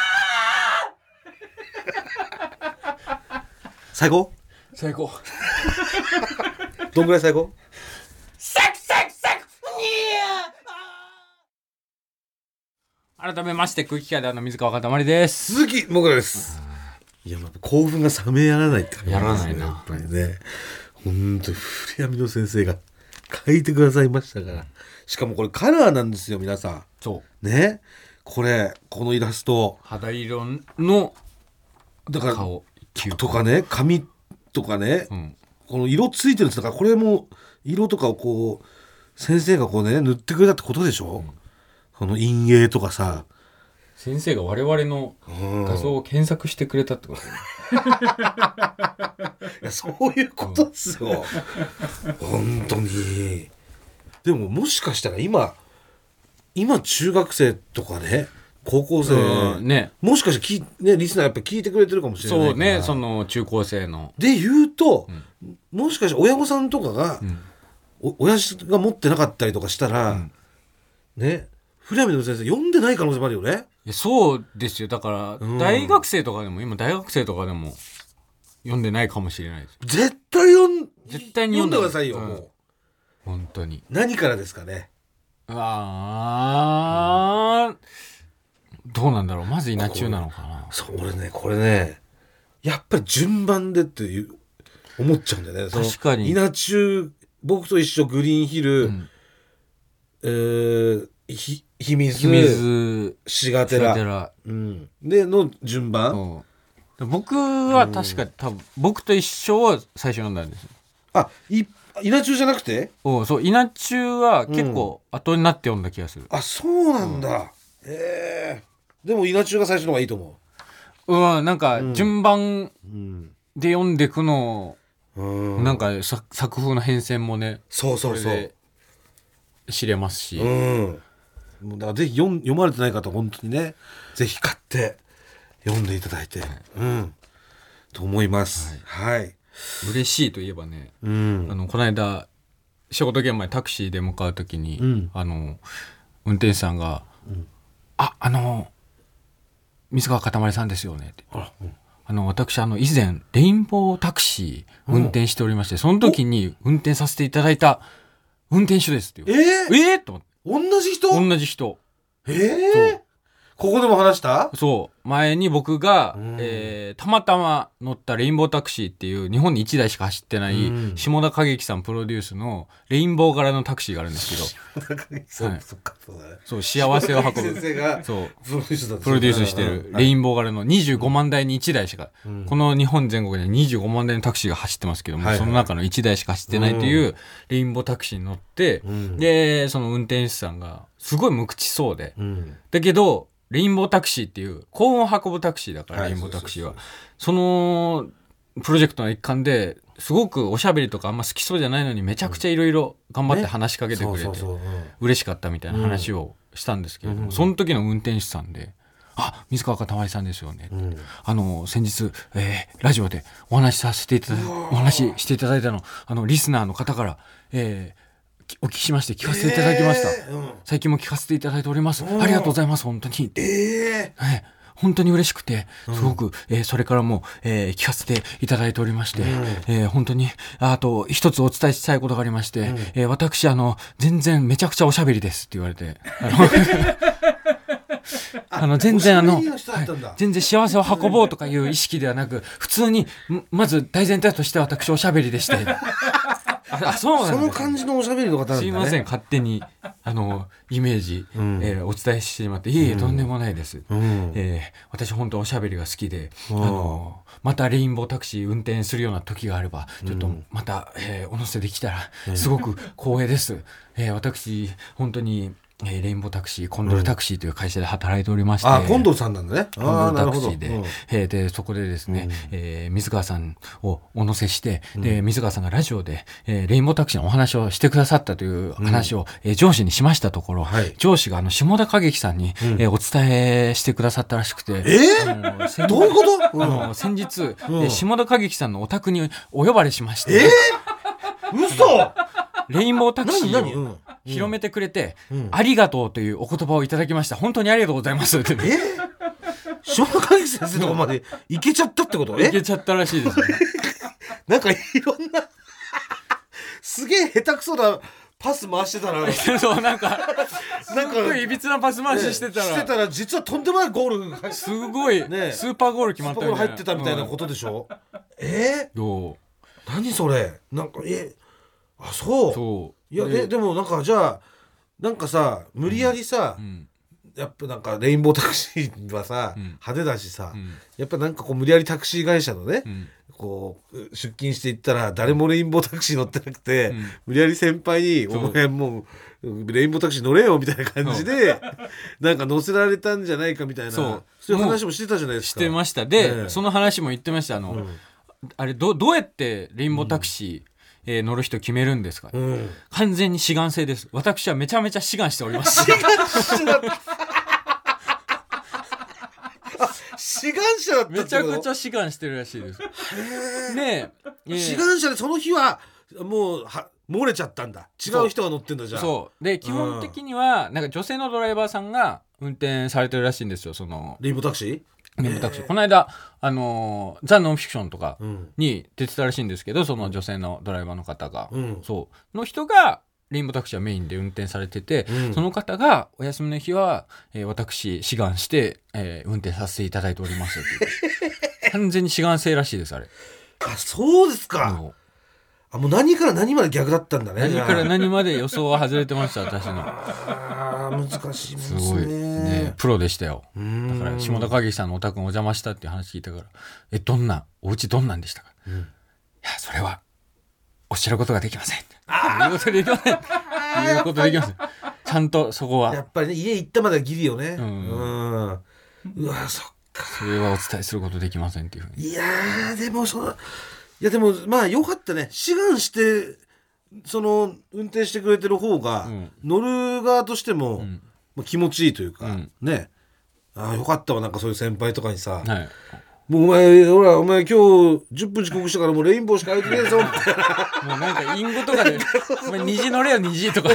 ー最高最高どんぐらい最高。 サクサクサクイエー。改めまして空気階段の水川かたまりです。 鈴木もぐらです。いやまた興奮が冷めやらないって感じですね。 やらないなやっぱりね。本当に古谷実先生が書いてくださいましたから。しかもこれカラーなんですよ皆さん。 そうね。これこのイラスト肌色のだから顔とかね、髪とかね、うん、この色ついてるんですだから、これも色とかをこう先生がこうね塗ってくれたってことでしょ、うん、この陰影とかさ、 先生が我々の画像を検索してくれたってことね、 いやそういうことですよ、うん、本当に。でももしかしたら今今中学生とかね高校生、うんね、もしかしてき、ね、リスナーやっぱ聞いてくれてるかもしれないから。 そうね、その中高生ので言うと、うん、もしかして親御さんとかが、うん、お親父が持ってなかったりとかしたら、うん、ね古谷実先生読んでない可能性もあるよね。 いやそうですよ。だから、うん、大学生とかでも今大学生とかでも読んでないかもしれないです。 絶対読ん絶対に読んでくださいよ、うん、もう本当に。 何からですかね。 あー、うんどうなんだろう。まず稲中なのかな。 そう俺ねこれねやっぱり順番でっていう思っちゃうんだよね。 確かに稲中僕と一緒グリーンヒル、うんえー、ひ秘密秘密シガテラ、うん、での順番、 うん、僕は確か、うん、多分僕と一緒を最初読んだんですよ。 あい稲中じゃなくておそう稲中は結構後になって読んだ気がする、 うん、あそうなんだ、うん、えーでも稲中が最初の方がいいと思う。うんなんか順番で読んでくの、うん、なんか作風の変遷もねそうそうそう知れますし、 うん、だからぜひ 読, 読まれてない方本当にねぜひ買って読んでいただいて、うんと思います。はい、はい、 嬉しいといえばね、うん、あのこの間仕事現場にタクシーで向かう時に、うん、あの運転手さんが、うん、ああの水川かたまりさんですよねって。あ、うん、あの私あの以前レインボータクシー運転しておりまして、うん、その時に運転させていただいた運転手ですっていう。 えー、 えー、と思って同じ人同じ人えー、ここでも話したそう前に僕が、うんえー、たまたま乗ったレインボータクシーっていう日本にいちだいしか走ってない、うん、下田景樹さんプロデュースのレインボー柄のタクシーがあるんですけど下田景樹さん、はい、そっかそうだねそう幸せを運ぶ先生がそうプロデュースだプロデュースしてるレインボー柄のにじゅうごまんだいにいちだいしか、うん、この日本全国にはにじゅうごまんだいのタクシーが走ってますけども、はいはい、その中のいちだいしか走ってないというレインボータクシーに乗って、うん、でその運転手さんがすごい無口そうで、うん、だけどレインボータクシーっていう幸運を運ぶタクシーだから、はい、レインボータクシーはそのプロジェクトの一環ですごくおしゃべりとかあんま好きそうじゃないのにめちゃくちゃいろいろ頑張って話しかけてくれて嬉しかったみたいな話をしたんですけれども、うん、その時の運転手さんであ、水川かたまりさんですよね、うん、あの先日、えー、ラジオでお話しさせていただいお話ししていただいたのあのリスナーの方から、えー、お聞きしまして聞かせていただきました、えーうん、最近も聞かせていただいております、ありがとうございます本当に、えーはい本当に嬉しくてすごく、うんえー、それからも、えー、聞かせていただいておりまして、うんえー、本当にあと一つお伝えしたいことがありまして、うんえー、私あの全然めちゃくちゃおしゃべりですって言われてあのあの全然あの、はい、全然幸せを運ぼうとかいう意識ではなく普通にまず大前提として私おしゃべりでしてあそうなんです、ね、 その感じのおしゃべりの方なんだね。 すいません勝手にあのイメージ、うんえー、お伝えしてしまっていえいえとんでもないです、うんえー、私本当おしゃべりが好きで、うん、あのまたレインボータクシー運転するような時があればちょっとまた、えー、お乗せできたらすごく光栄です、えー、私本当にえー、レインボータクシーコンドルタクシーという会社で働いておりまして、うん、 あコンドルさんなんだねコンドルタクシーで、うんえー、でそこでですね、うんえー、水川さんをお乗せして、うん、で水川さんがラジオで、えー、レインボータクシーのお話をしてくださったという話を、うんえー、上司にしましたところ、はい、上司があの下田景樹さんに、うんえー、お伝えしてくださったらしくて、 えー、どういうこと、 うん、あの先日、うんえー、下田景樹さんのお宅にお呼ばれしまして、 えー、嘘レインボータクシーを広めてくれて、うん、ありがとうというお言葉をいただきました。本当にありがとうございますって、ね。 え下田景樹先生とこまで行けちゃったってこと？ 行けちゃったらしいですね。 なんかいろんなすげえ下手くそなパス回してたらそうなんかすごいいびつなパス回ししてたら、 ね、してたら実はとんでもないゴールすごい、ね、スーパーゴール決まったみたいな、スーパーゴール入ってたみたいなことでしょ、うん、えー、何それなんかえあそうそういやえでもなんかじゃあなんかさ無理やりさ、うん、やっぱなんかレインボータクシーはさ、うん、派手だしさ、うん、やっぱなんかこう無理やりタクシー会社のね、うん、こう出勤していったら誰もレインボータクシー乗ってなくて、うん、無理やり先輩にお前もうレインボータクシー乗れよみたいな感じでなんか乗せられたんじゃないかみたいなそうそういう話もしてたじゃないですか。 してましたで、ね、その話も言ってましたあの、うん、あれ ど, どうやってレインボータクシー、うんえー、乗る人決めるんですか、うん、完全に志願制です。私はめちゃめちゃ志願しております志願してた志願者だったってこと？ めちゃくちゃ志願してるらしいです。ねえ志願者でその日はもうは漏れちゃったんだ。違う人が乗ってんだじゃあ。 そうで基本的にはなんか女性のドライバーさんが運転されてるらしいんですよ。そのレインボータクシーレインボータクシーこの間あのー、ザ・ノンフィクションとかに出てたらしいんですけど、その女性のドライバーの方が、うん、そうの人がレインボータクシーはメインで運転されてて、うん、その方がお休みの日は、えー、私志願して、えー、運転させていただいておりますって完全に志願制らしいですあれ。 あそうですか。あもう何から何まで逆だったんだね。 何から何まで予想は外れてました私の。 あ難しいもんですね。 すごいねプロでしたよ。だから下田景樹さんのお宅にお邪魔したっていう話聞いたからえどんなお家どんなんでしたか、うん、いやそれはおっしゃることができません。言うことできません。言うことできません。ちゃんとそこはやっぱりね家行ったまでギリよね。うん、うん、うわそっかそれはお伝えすることできませんっていうふうに。 いやでもそのいやでもまあよかったね。志願してその運転してくれてる方が、うん、乗る側としても、うんまあ、気持ちいいというか、うん、ねあよかったわ。なんかそういう先輩とかにさ、はい、もうお前ほらお前今日じゅっぷん遅刻したからもうレインボーしか空いてねえぞみたいなもうなんか隠語とかでお前虹乗れよ虹とか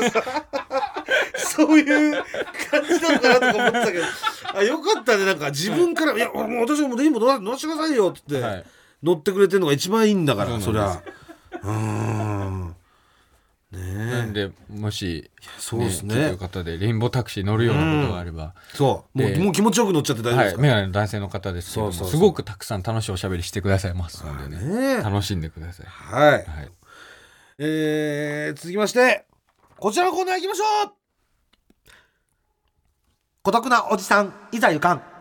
そういう感じなのかなとか思ってたけどあよかったね。なんか自分から、はい、いやもう私もレインボー乗らせてくださいよって言って、はい乗ってくれてるのが一番いいんだから そ, そりゃうーんねえなんでもしそうですね、ね、聞いてる方でレインボータクシー乗るようなことがあれば、うん、 そうもう、もう気持ちよく乗っちゃって大丈夫ですか。 はい、メガネの男性の方ですけどもそうそうそうすごくたくさん楽しいおしゃべりしてくださいますので ね, ね楽しんでください。 はい、はいえー、続きましてこちらのコーナー行きましょう。孤独なおじさんいざ行かん。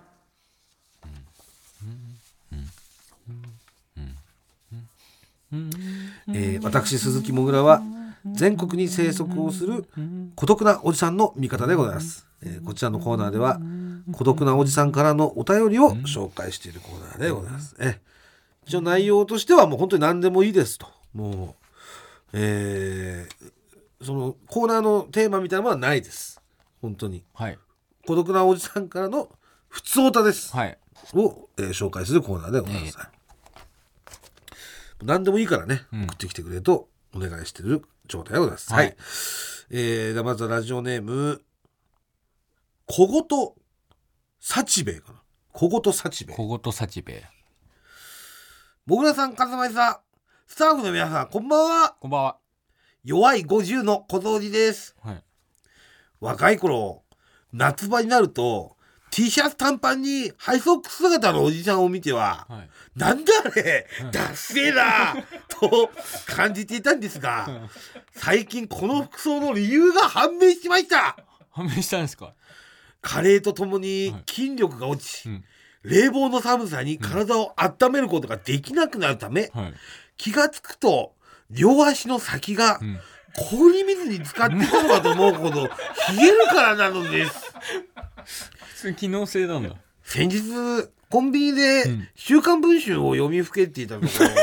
えー、私鈴木もぐらは全国に生息をする孤独なおじさんの味方でございます、えー、こちらのコーナーでは孤独なおじさんからのお便りを紹介しているコーナーでございます、え一応内容としてはもう本当に何でもいいですと、もう、えー、そのコーナーのテーマみたいなものはないです。本当に、 はい、 孤独なおじさんからのふつおたです、 はい、 を、えー、紹介するコーナーでございます、えー、何でもいいからね、うん、送ってきてくれとお願いしている状態でございます。はい、はい、えー、ではまずはラジオネーム小言幸兵衛かな。小言幸兵衛。 小言幸兵衛。 もぐらさん、かずまりさん、スタッフの皆さん、こんばんは。 こんばんは。 弱いごじゅうの小僧じです、はい、若い頃夏場になると T シャツ短パンにハイソックス姿のおじさんを見ては、はい、なんだあれ、はい、ダッセーなと感じていたんですが、最近この服装の理由が判明しました。 判明したんですか。 加齢とともに筋力が落ち、はい、うん、冷房の寒さに体を温めることができなくなるため、はい、気がつくと両足の先が氷水に浸かっていたのかと思うほど冷えるからなのです。 それ機能性なんだ。 先日コンビニで週刊文春を読みふけっていたところ、うん、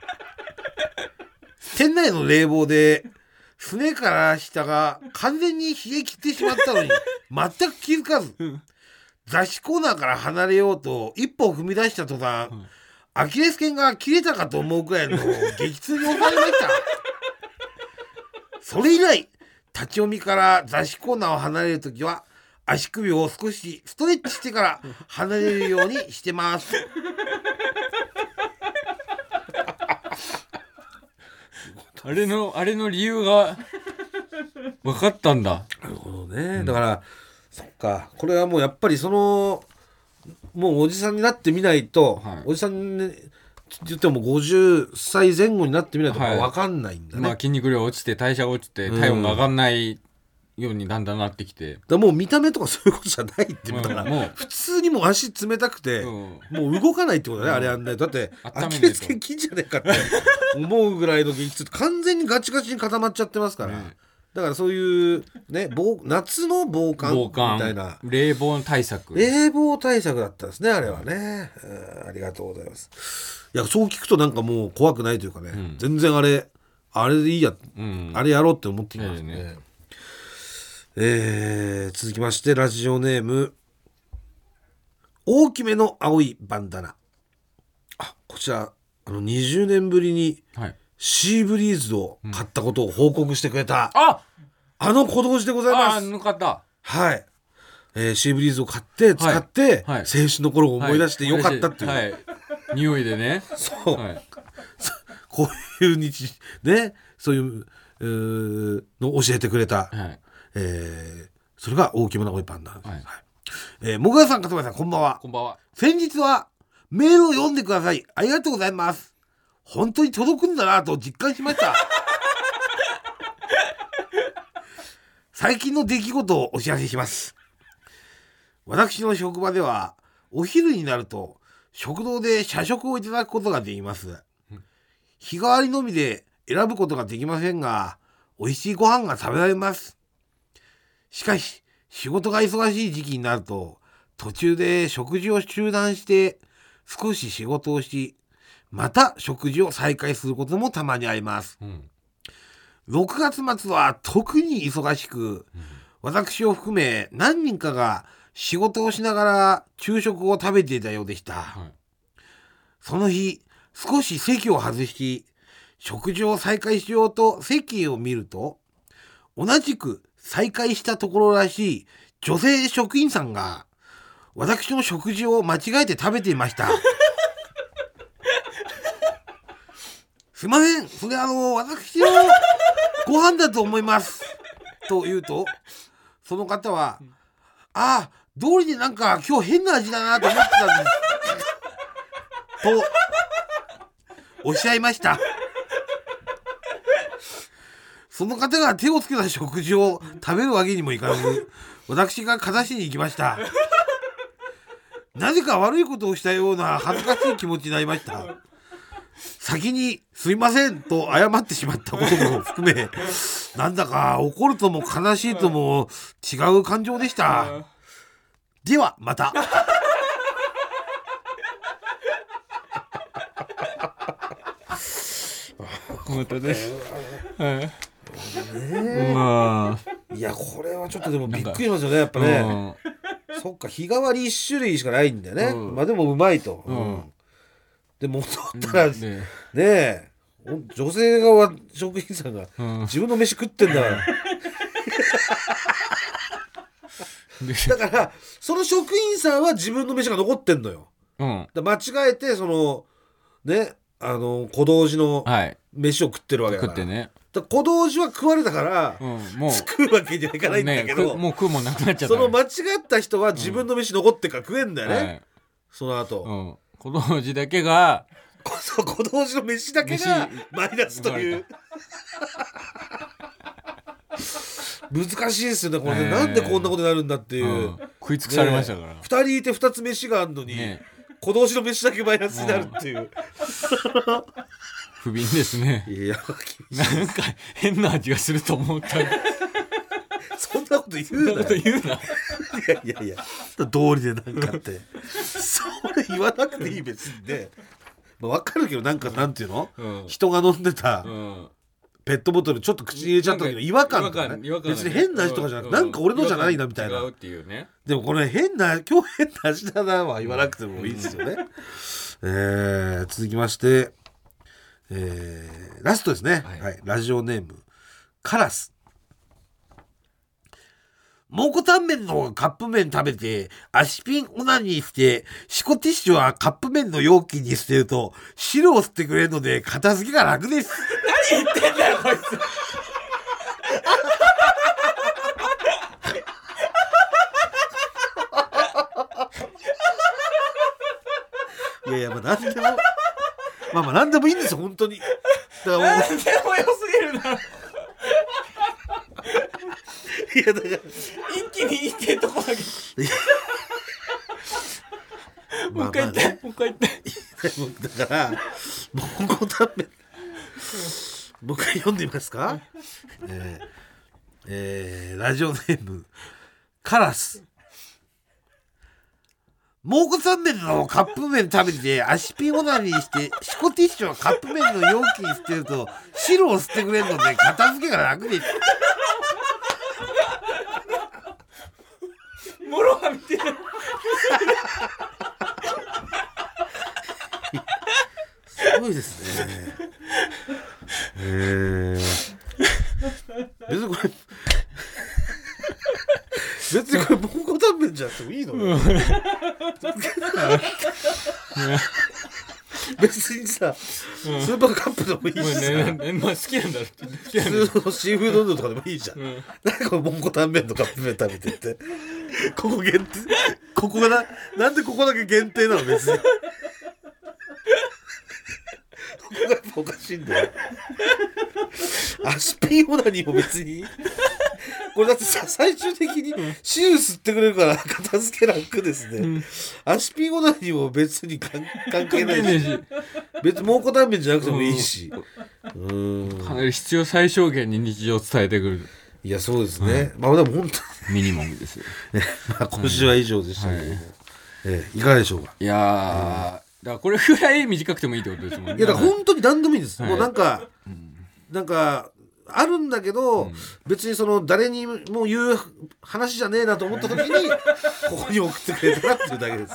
店内の冷房ですねから下が完全に冷え切ってしまったのに全く気づかず、うん、雑誌コーナーから離れようと一歩踏み出した途端、うん、アキレス腱が切れたかと思うくらいの激痛に襲われました。それ以来立ち読みから雑誌コーナーを離れるときは足首を少しストレッチしてから離れるようにしてます。 あれのあれの理由が分かったんだ。 なるほどね、うん、だからそっか、これはもうやっぱりそのもうおじさんになってみないと、はい、おじさんに言ってもごじゅっさいぜん後になってみないと分かんないんだね、 はい、まあ、筋肉量落ちて代謝が落ちて体温が上がんないようにだんだんなってきて、 だもう見た目とかそういうことじゃないってことだから、もう普通にもう足冷たくて、うん、もう動かないってことだね、うん、あれやんないだってアキレス腱筋じゃねえかって思うぐらいの激痛、完全にガチガチに固まっちゃってますから、ね、だからそういうね、夏の防寒みたいな冷房対策冷房対策だったんですね、あれはね、うん、ありがとうございます。いや、そう聞くとなんかもう怖くないというかね、うん、全然あれあれでいいや、うん、あれやろうって思ってきますね、えーねえー、続きましてラジオネーム大きめの青いバンダナ。あ、こちらあのにじゅうねんぶりにシーブリーズを買ったことを報告してくれた、うん、ああの小道寺でございます。 あ、よかった。 はい、えー、シーブリーズを買って使って、はいはい、青春の頃を思い出してよかったっていう、はいはい、 匂いでねそう、はい、こういう日ね、そういうのを教えてくれた、はい、えー、それが大きめな青いパンダです、はいはい、えー、もぐらさん、かたまりさん、こんばんは。 こんばんは。 先日はメールを読んでくださいありがとうございます。本当に届くんだなと実感しました最近の出来事をお知らせします。私の職場ではお昼になると食堂で社食をいただくことができます。日替わりのみで選ぶことができませんが美味しいご飯が食べられます。しかし仕事が忙しい時期になると途中で食事を中断して少し仕事をしまた食事を再開することもたまにあります、うん、ろくがつ末は特に忙しく、うん、私を含め何人かが仕事をしながら昼食を食べていたようでした、はい、その日少し席を外し食事を再開しようと席を見ると同じく再開したところらしい女性職員さんが私の食事を間違えて食べていましたすいません、それあの私のご飯だと思いますと言うとその方は、ああ道理でなんか今日変な味だなと思ってたんですとおっしゃいました。その方が手をつけた食事を食べるわけにもいかず私がかざしに行きました。なぜか悪いことをしたような恥ずかしい気持ちになりました。先にすいませんと謝ってしまったことも含めなんだか怒るとも悲しいとも違う感情でした。ではまた本当です。はい。 ね、まあ、いやこれはちょっとでもびっくりしますよねやっぱね、うん、そっか日替わりいち種類しかないんだよね、うん、まあでもうまいと、うんうん、で戻ったら、うん、ね, ねえ女性側職員さんが自分の飯食ってんだから、うん、だからその職員さんは自分の飯が残ってんのよ、うん、だ間違えてそのねあの小道寺の飯を食ってるわけだから、はい、食ってね、だ小道寺は食われたから、うん、もう食うわけにはいかないんだけど、 ね、もう食うもんなくなっちゃった、 その間違った人は自分の飯残ってから食えんだよね、うんはい、その後、うん、 小道寺だけがそう小道寺の飯だけがマイナスという難しいですよねこれ、ね、なんでこんなことになるんだっていう、うん、 食い尽くされましたから、ね、 ふたりいてふたつ飯があるのに、ね、小道寺の飯だけマイナスになるっていう、うん不憫ですね。いやなんか変な味がすると思ったそんなこと言うなよ。言うな。いやいやいや道理でなんかってそれ言わなくていい別にね、まあ、分かるけどなんかなんていうの、うん、人が飲んでた、うん、ペットボトルちょっと口に入れちゃった時の違和感とかね、別に変な味とかじゃなくて、うん、なんか俺のじゃないなみたいな、いうね、でもこれ変な今日変な味だなは言わなくてもいいですよね、うん、えー、続きましてえー、ラストですね、はいはい、ラジオネームカラス。蒙古タンメンのカップ麺食べて足ピンオナニーしてシコティッシュはカップ麺の容器に捨てると汁を吸ってくれるので片付けが楽です。 何言ってんだよこいついやいやまあ何でもまあまあ何でもいいんですよ本当に。だからもう何でも良すぎるな。 いやだから一気にいいってとこだけ。もう一回言って、まあまあね、もう一回言って。だから蒙古タンメンもう一回読んでみますか。えーえー、ラジオネームカラス。蒙古タンメンのカップ麺食べて足ピンオナニーしてシコティッシュはカップ麺の容器に捨てると汁を吸ってくれるので片付けが楽です。 もろは見てる。 すごいですね。えー、別にこれ別にこれ蒙古タンメンじゃなくてもいいのよ、うん、別にさ、うん、スーパーカップでもいいしさ、 まあねまあ、好きなんだろう普通のシーフードヌードルとかでもいいじゃん、うん、なんかこの蒙古タンメンのカップ麺食べてってここ限定ここがななんでここだけ限定なの別にここがやっぱおかしいんだよ。足ピンオナニーも別にこれだってさ最終的に汁吸ってくれるから片付け楽ですね、うん、足ピンオナニーも別に関係ないし別に蒙古タンメンじゃなくてもいいし、 うん、うんかなり必要最小限に日常を伝えてくる。 いやそうですね、うん、まあでも本当にミニマムですよ、 ねまあ、今週は以上でしたけども、うんはいえー、いかがでしょうか。 いやー、うん、だからこれぐらい短くてもいいってことですもんね。 いやだから本当に何でもいいです、はい、もうなんか、うん、なんかあるんだけど、うん、別にその誰にも言う話じゃねえなと思った時にここに送ってくれたらっていうだけです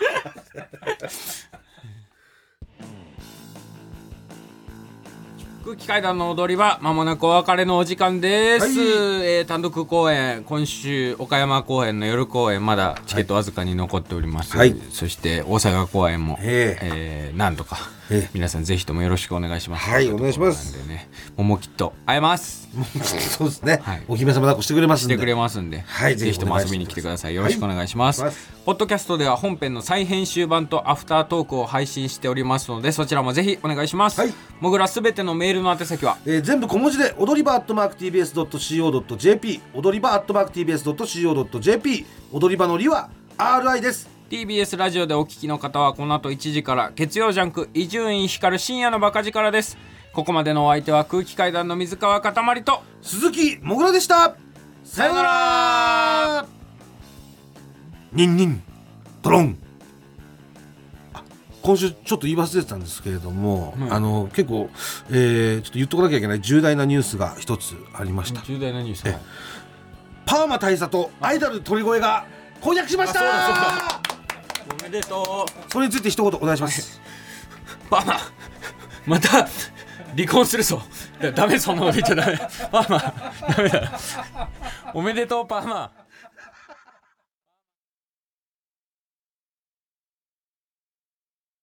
空気階段の踊り場まもなくお別れのお時間です、はいえー、単独公演今週岡山公演の夜公演まだチケットわずかに残っております、はい、そして大阪公演も、えー、なんとか皆さんぜひともよろしくお願いします。 はいお願いします。 なんでねももきっと会えますそうですね、はい、お姫様抱っこしてくれますんでしてくれますんで、はい、ぜひとも遊びに来てください。よろしくお願いします、はい、ポッドキャストでは本編の再編集版とアフタートークを配信しておりますのでそちらもぜひお願いします、はい、もぐらすべてのメールの宛先は、 えー、全部小文字で踊り場アットマーク ティービーエスドットシーオードットジェーピー 踊り場アットマーク ティービーエスドットシーオードットジェーピー 踊り場のりは アールアイ です。 ティービーエス ラジオでお聞きの方はこの後いちじから月曜ジャンク伊集院光る深夜のバカ力です。ここまでのお相手は空気階段の水川かたまりと鈴木もぐらでした。 さよなら。 ニンニントロン。あ今週ちょっと言い忘れてたんですけれども、 はい、 あの結構、えー、ちょっと言っとかなきゃいけない重大なニュースが一つありました。 重大なニュース、はい、 パーマ大佐とアイドル鳥越が婚約しました。 おめでとう。それについて一言お願いします。 パーマまた離婚するぞ。ダメ、そんなこと言っちゃダメ。パーマダメだ。おめでとうパーマ。